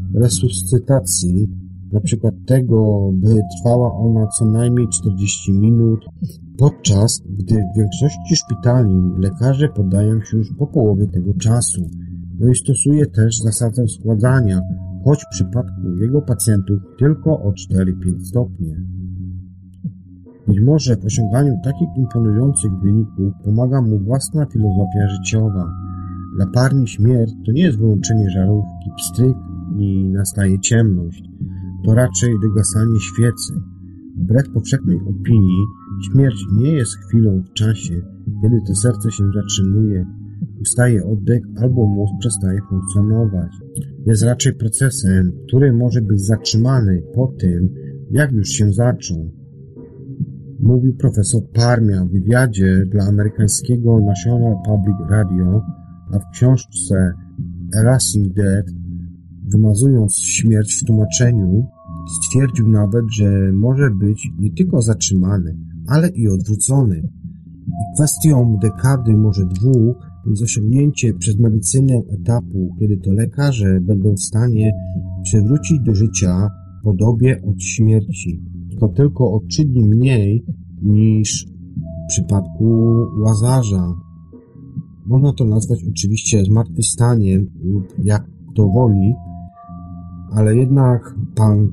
resuscytacji, na przykład tego, by trwała ona co najmniej 40 minut, podczas gdy w większości szpitali lekarze poddają się już po połowie tego czasu. No i stosuje też zasadę schładzania, choć w przypadku jego pacjentów tylko o 4-5 stopni. Być może w osiąganiu takich imponujących wyników pomaga mu własna filozofia życiowa. Dla Parni śmierć to nie jest wyłączenie żarówki, pstryk i nastaje ciemność. To raczej wygasanie świecy. Wbrew powszechnej opinii, śmierć nie jest chwilą w czasie, kiedy to serce się zatrzymuje, ustaje oddech albo mózg przestaje funkcjonować. Jest raczej procesem, który może być zatrzymany po tym, jak już się zaczął. Mówił profesor Parmia w wywiadzie dla amerykańskiego National Public Radio, a w książce Erasing Death, wymazując śmierć w tłumaczeniu, stwierdził nawet, że może być nie tylko zatrzymany, ale i odwrócony. I kwestią dekady, może 2, jest osiągnięcie przez medycynę etapu, kiedy to lekarze będą w stanie przywrócić do życia podobie od śmierci. To tylko o 3 dni mniej niż w przypadku Łazarza. Można to nazwać oczywiście zmartwychwstaniem lub jak kto woli, ale jednak pan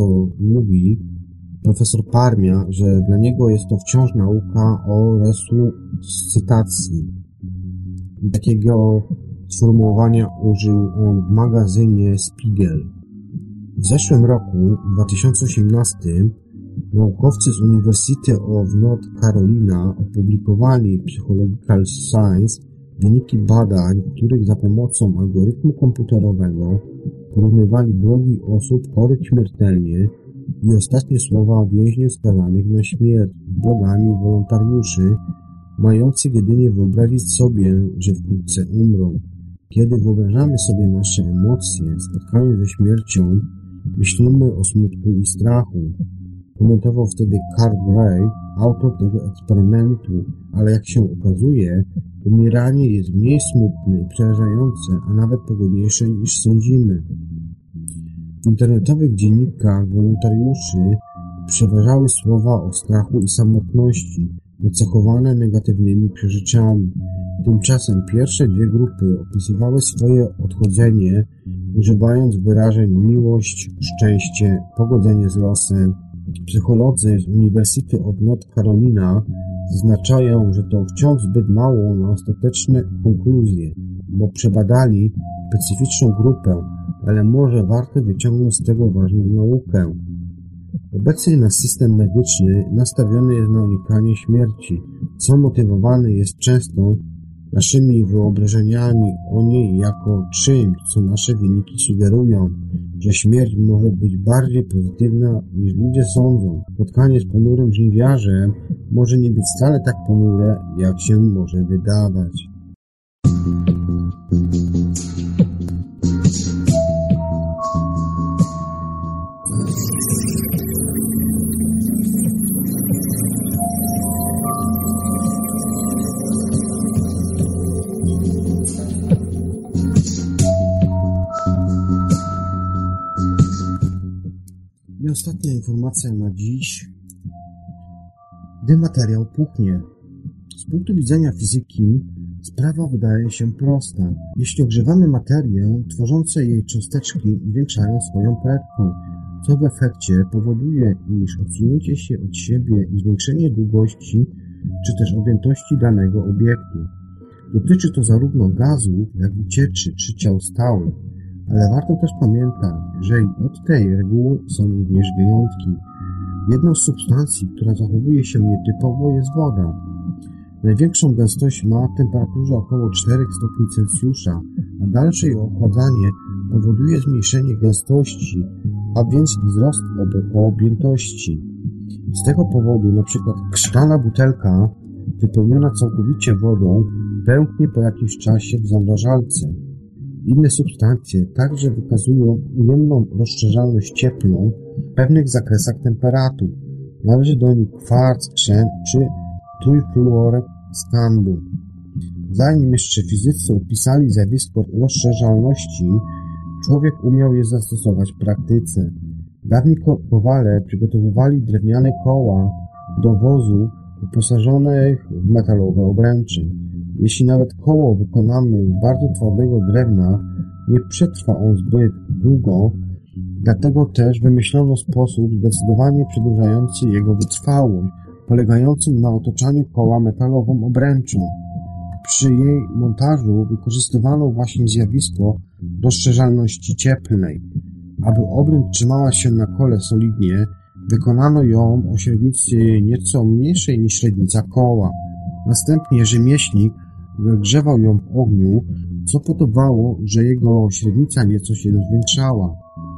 profesor Parmia, że dla niego jest to wciąż nauka o resuscytacji. I takiego sformułowania użył on w magazynie Spiegel. W zeszłym roku, 2018, naukowcy z University of North Carolina opublikowali w Psychological Science wyniki badań, w których za pomocą algorytmu komputerowego porównywali blogi osób chorych śmiertelnie i ostatnie słowa więźniów skazanych na śmierć z blogami wolontariuszy, mających jedynie wyobrazić sobie, że wkrótce umrą. Kiedy wyobrażamy sobie nasze emocje w spotkaniu ze śmiercią, myślimy o smutku i strachu. Komentował wtedy Carl Gray, autor tego eksperymentu, ale jak się okazuje, umieranie jest mniej smutne i przerażające, a nawet pogodniejsze niż sądzimy. W internetowych dziennikach wolontariuszy przeważały słowa o strachu i samotności, nacechowane negatywnymi przeżyciami. Tymczasem pierwsze 2 grupy opisywały swoje odchodzenie, używając wyrażeń miłość, szczęście, pogodzenie z losem. Psycholodzy z University of North Carolina zaznaczają, że to wciąż zbyt mało na ostateczne konkluzje, bo przebadali specyficzną grupę, ale może warto wyciągnąć z tego ważną naukę. Obecnie nasz system medyczny nastawiony jest na unikanie śmierci, co motywowane jest często naszymi wyobrażeniami o niej jako czymś, co nasze wyniki sugerują, że śmierć może być bardziej pozytywna niż ludzie sądzą. Spotkanie z ponurym żniwiarzem może nie być wcale tak ponure, jak się może wydawać. I ostatnia informacja na dziś. Gdy materiał puchnie. Z punktu widzenia fizyki sprawa wydaje się prosta. Jeśli ogrzewamy materię, tworzące jej cząsteczki zwiększają swoją prędkość, co w efekcie powoduje, iż odsunięcie się od siebie i zwiększenie długości czy też objętości danego obiektu. Dotyczy to zarówno gazów, jak i cieczy czy ciał stałych. Ale warto też pamiętać, że i od tej reguły są również wyjątki. Jedną z substancji, która zachowuje się nietypowo, jest woda. Największą gęstość ma w temperaturze około 4 stopni Celsjusza, a dalsze jej ochładzanie powoduje zmniejszenie gęstości, a więc wzrost objętości. Z tego powodu np. szklana butelka wypełniona całkowicie wodą pęknie po jakimś czasie w zamrażalce. Inne substancje także wykazują ujemną rozszerzalność cieplną w pewnych zakresach temperatur. Należy do nich kwarc, krzem czy trójfluorek skandu. Zanim jeszcze fizycy opisali zjawisko rozszerzalności, człowiek umiał je zastosować w praktyce. Dawni kowale przygotowywali drewniane koła do wozów wyposażonych w metalowe obręcze. Jeśli nawet koło wykonamy z bardzo twardego drewna, nie przetrwa on zbyt długo, dlatego też wymyślono sposób zdecydowanie przedłużający jego wytrwałość, polegający na otoczaniu koła metalową obręczą. Przy jej montażu wykorzystywano właśnie zjawisko rozszerzalności cieplnej. Aby obręcz trzymała się na kole solidnie, wykonano ją o średnicy nieco mniejszej niż średnica koła. Następnie rzemieślnik wygrzewał ją w ogniu, co powodowało, że jego średnica nieco się zwiększała.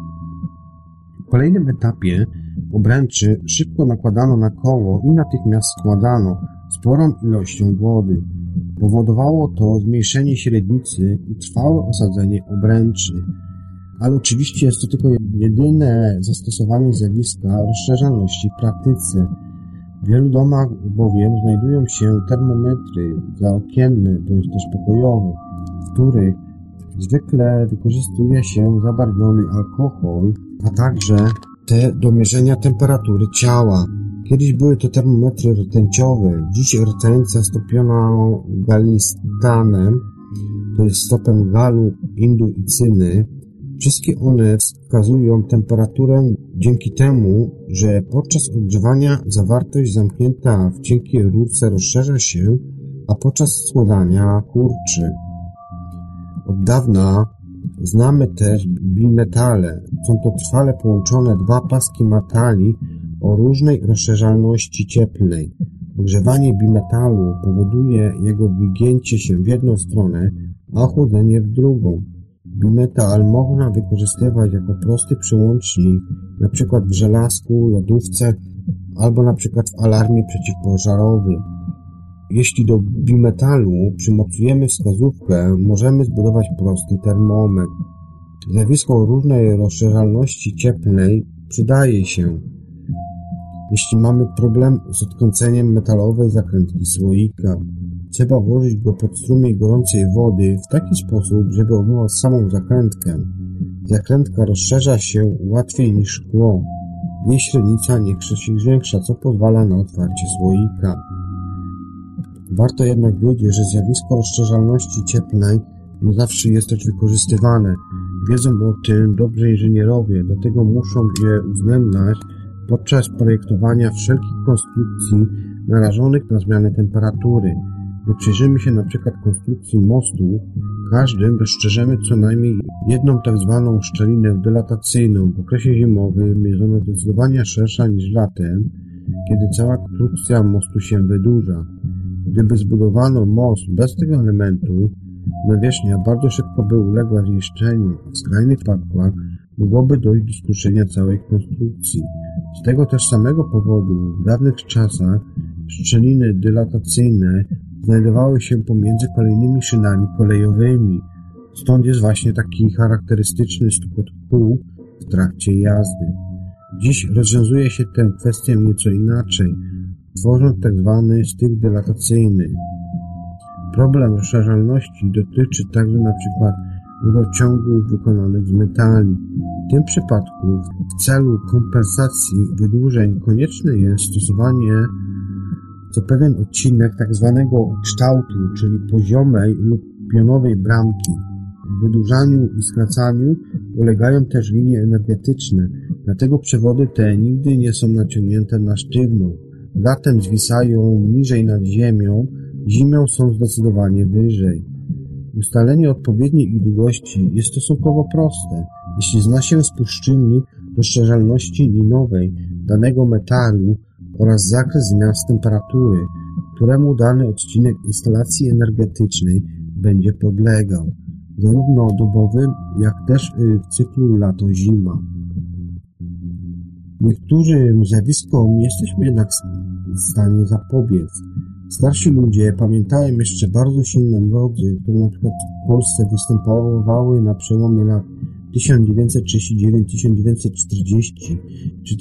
W kolejnym etapie obręczy szybko nakładano na koło i natychmiast składano sporą ilością wody. Powodowało to zmniejszenie średnicy i trwałe osadzenie obręczy. Ale oczywiście jest to tylko jedyne zastosowanie zjawiska rozszerzalności w praktyce. W wielu domach bowiem znajdują się termometry zaokienne bądź też pokojowe, w których zwykle wykorzystuje się zabarwiony alkohol, a także te do mierzenia temperatury ciała. Kiedyś były to termometry rtęciowe, dziś rtęć zastąpiono galistanem, to jest stopem galu, indu i cyny. Wszystkie one wskazują temperaturę dzięki temu, że podczas odgrzewania zawartość zamknięta w cienkiej rurce rozszerza się, a podczas schłodzania kurczy. Od dawna znamy też bimetale. Są to trwale połączone dwa paski metali o różnej rozszerzalności cieplnej. Ogrzewanie bimetalu powoduje jego wygięcie się w jedną stronę, a ochłodzenie w drugą. Bimetal można wykorzystywać jako prosty przełącznik, np. w żelazku, lodówce albo np. w alarmie przeciwpożarowym. Jeśli do bimetalu przymocujemy wskazówkę, możemy zbudować prosty termometr. Zjawisko różnej rozszerzalności cieplnej przydaje się, jeśli mamy problem z odkręceniem metalowej zakrętki słoika. Trzeba włożyć go pod strumień gorącej wody w taki sposób, żeby obmywać samą zakrętkę. Zakrętka rozszerza się łatwiej niż szkło. Jej średnica nie się zwiększa, co pozwala na otwarcie słoika. Warto jednak wiedzieć, że zjawisko rozszerzalności cieplnej nie zawsze jest też wykorzystywane. Wiedzą o tym dobrzy inżynierowie, dlatego muszą je uwzględniać podczas projektowania wszelkich konstrukcji narażonych na zmianę temperatury. Gdy przyjrzymy się np. konstrukcji mostu, w każdym rozszerzymy co najmniej jedną tak zwaną szczelinę dylatacyjną. W okresie zimowym jest ona zdecydowanie szersza niż latem, kiedy cała konstrukcja mostu się wydłuża. Gdyby zbudowano most bez tego elementu, nawierzchnia bardzo szybko by uległa zniszczeniu, a w skrajnych przypadkach mogłoby dojść do skruszenia całej konstrukcji. Z tego też samego powodu w dawnych czasach szczeliny dylatacyjne znajdowały się pomiędzy kolejnymi szynami kolejowymi. Stąd jest właśnie taki charakterystyczny stukot kół w trakcie jazdy. Dziś rozwiązuje się tę kwestię nieco inaczej, tworząc tzw. styk dylatacyjny. Problem rozszerzalności dotyczy także np. rurociągów wykonanych z metali. W tym przypadku w celu kompensacji wydłużeń konieczne jest stosowanie co pewien odcinek tzw. kształtu, czyli poziomej lub pionowej bramki. W wydłużaniu i skracaniu ulegają też linie energetyczne, dlatego przewody te nigdy nie są naciągnięte na sztywno. Latem zwisają niżej nad ziemią, zimą są zdecydowanie wyżej. Ustalenie odpowiedniej ich długości jest stosunkowo proste. Jeśli zna się współczynnik rozszerzalności linowej danego metalu oraz zakres zmian temperatury, któremu dany odcinek instalacji energetycznej będzie podlegał, zarówno dobowym, jak też w cyklu lato-zima. Niektórym zjawiskom nie jesteśmy jednak w stanie zapobiec. Starsi ludzie pamiętają jeszcze bardzo silne mrozy, które na przykład w Polsce występowały na przełomie lat 1939-1940 czy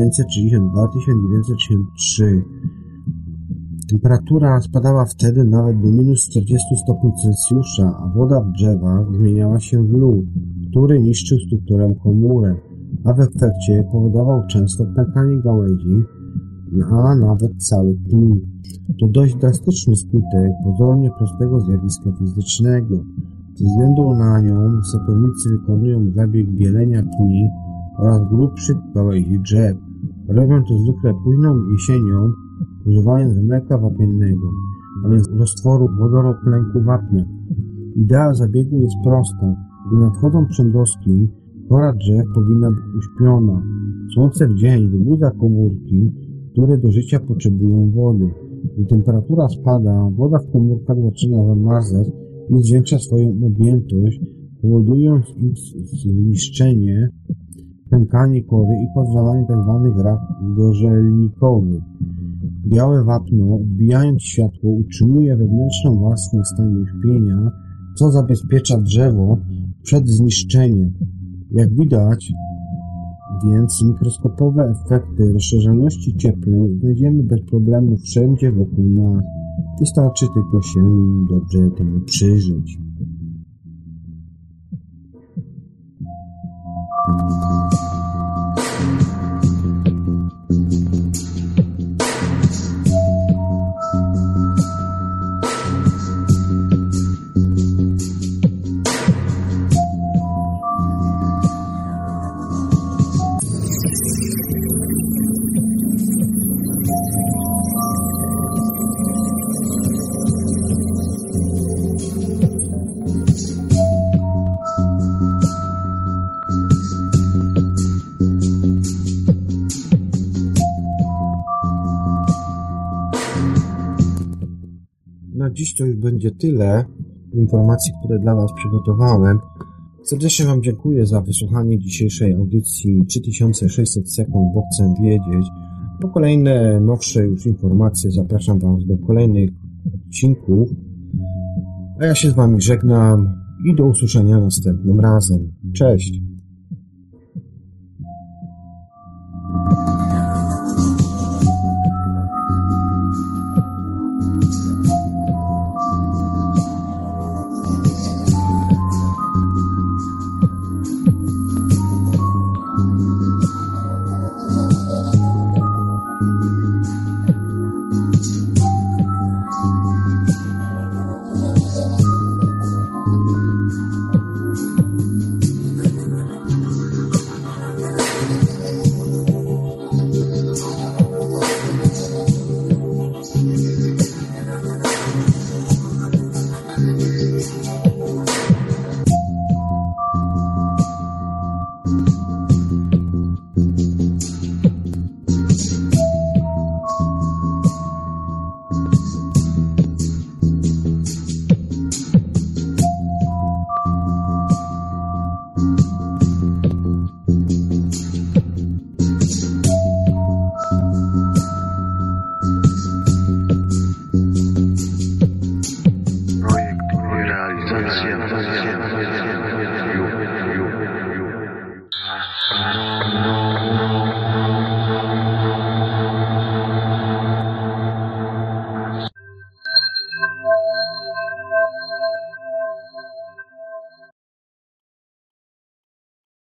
1962-1963. Temperatura spadała wtedy nawet do minus 40 stopni Celsjusza, a woda w drzewach zmieniała się w lód. który niszczył strukturę komórek, a w efekcie powodował często pękanie gałęzi, a nawet całych pni. To dość drastyczny skutek pozornie prostego zjawiska fizycznego. Ze względu na nią sadownicy wykonują zabieg bielenia pni oraz grubszych gałęzi drzew. Robią to zwykle późną jesienią, używając mleka wapiennego, a więc roztworu wodorotlenku wapnia. Idea zabiegu jest prosta. Gdy nadchodzą przymrozki, kora drzew powinna być uśpiona. Słońce w dzień wybudza komórki, które do życia potrzebują wody. Gdy temperatura spada, woda w komórkach zaczyna zamarzać i zwiększa swoją objętość, powodując ich zniszczenie, pękanie kory i powstawanie tzw. rak gorzelnikowy. Białe wapno, odbijając światło, utrzymuje wewnętrzną warstwę w stanie uśpienia, co zabezpiecza drzewo przed zniszczeniem. Jak widać, więc mikroskopowe efekty rozszerzoności cieplnej znajdziemy bez problemu wszędzie wokół nas. Wystarczy tylko się dobrze temu przyjrzeć. Na dziś to już będzie tyle informacji, które dla Was przygotowałem. Serdecznie Wam dziękuję za wysłuchanie dzisiejszej audycji 3600 sekund, bo chcę wiedzieć. Po kolejne, nowsze już informacje zapraszam Was do kolejnych odcinków. A ja się z Wami żegnam i do usłyszenia następnym razem. Cześć! Realizacja.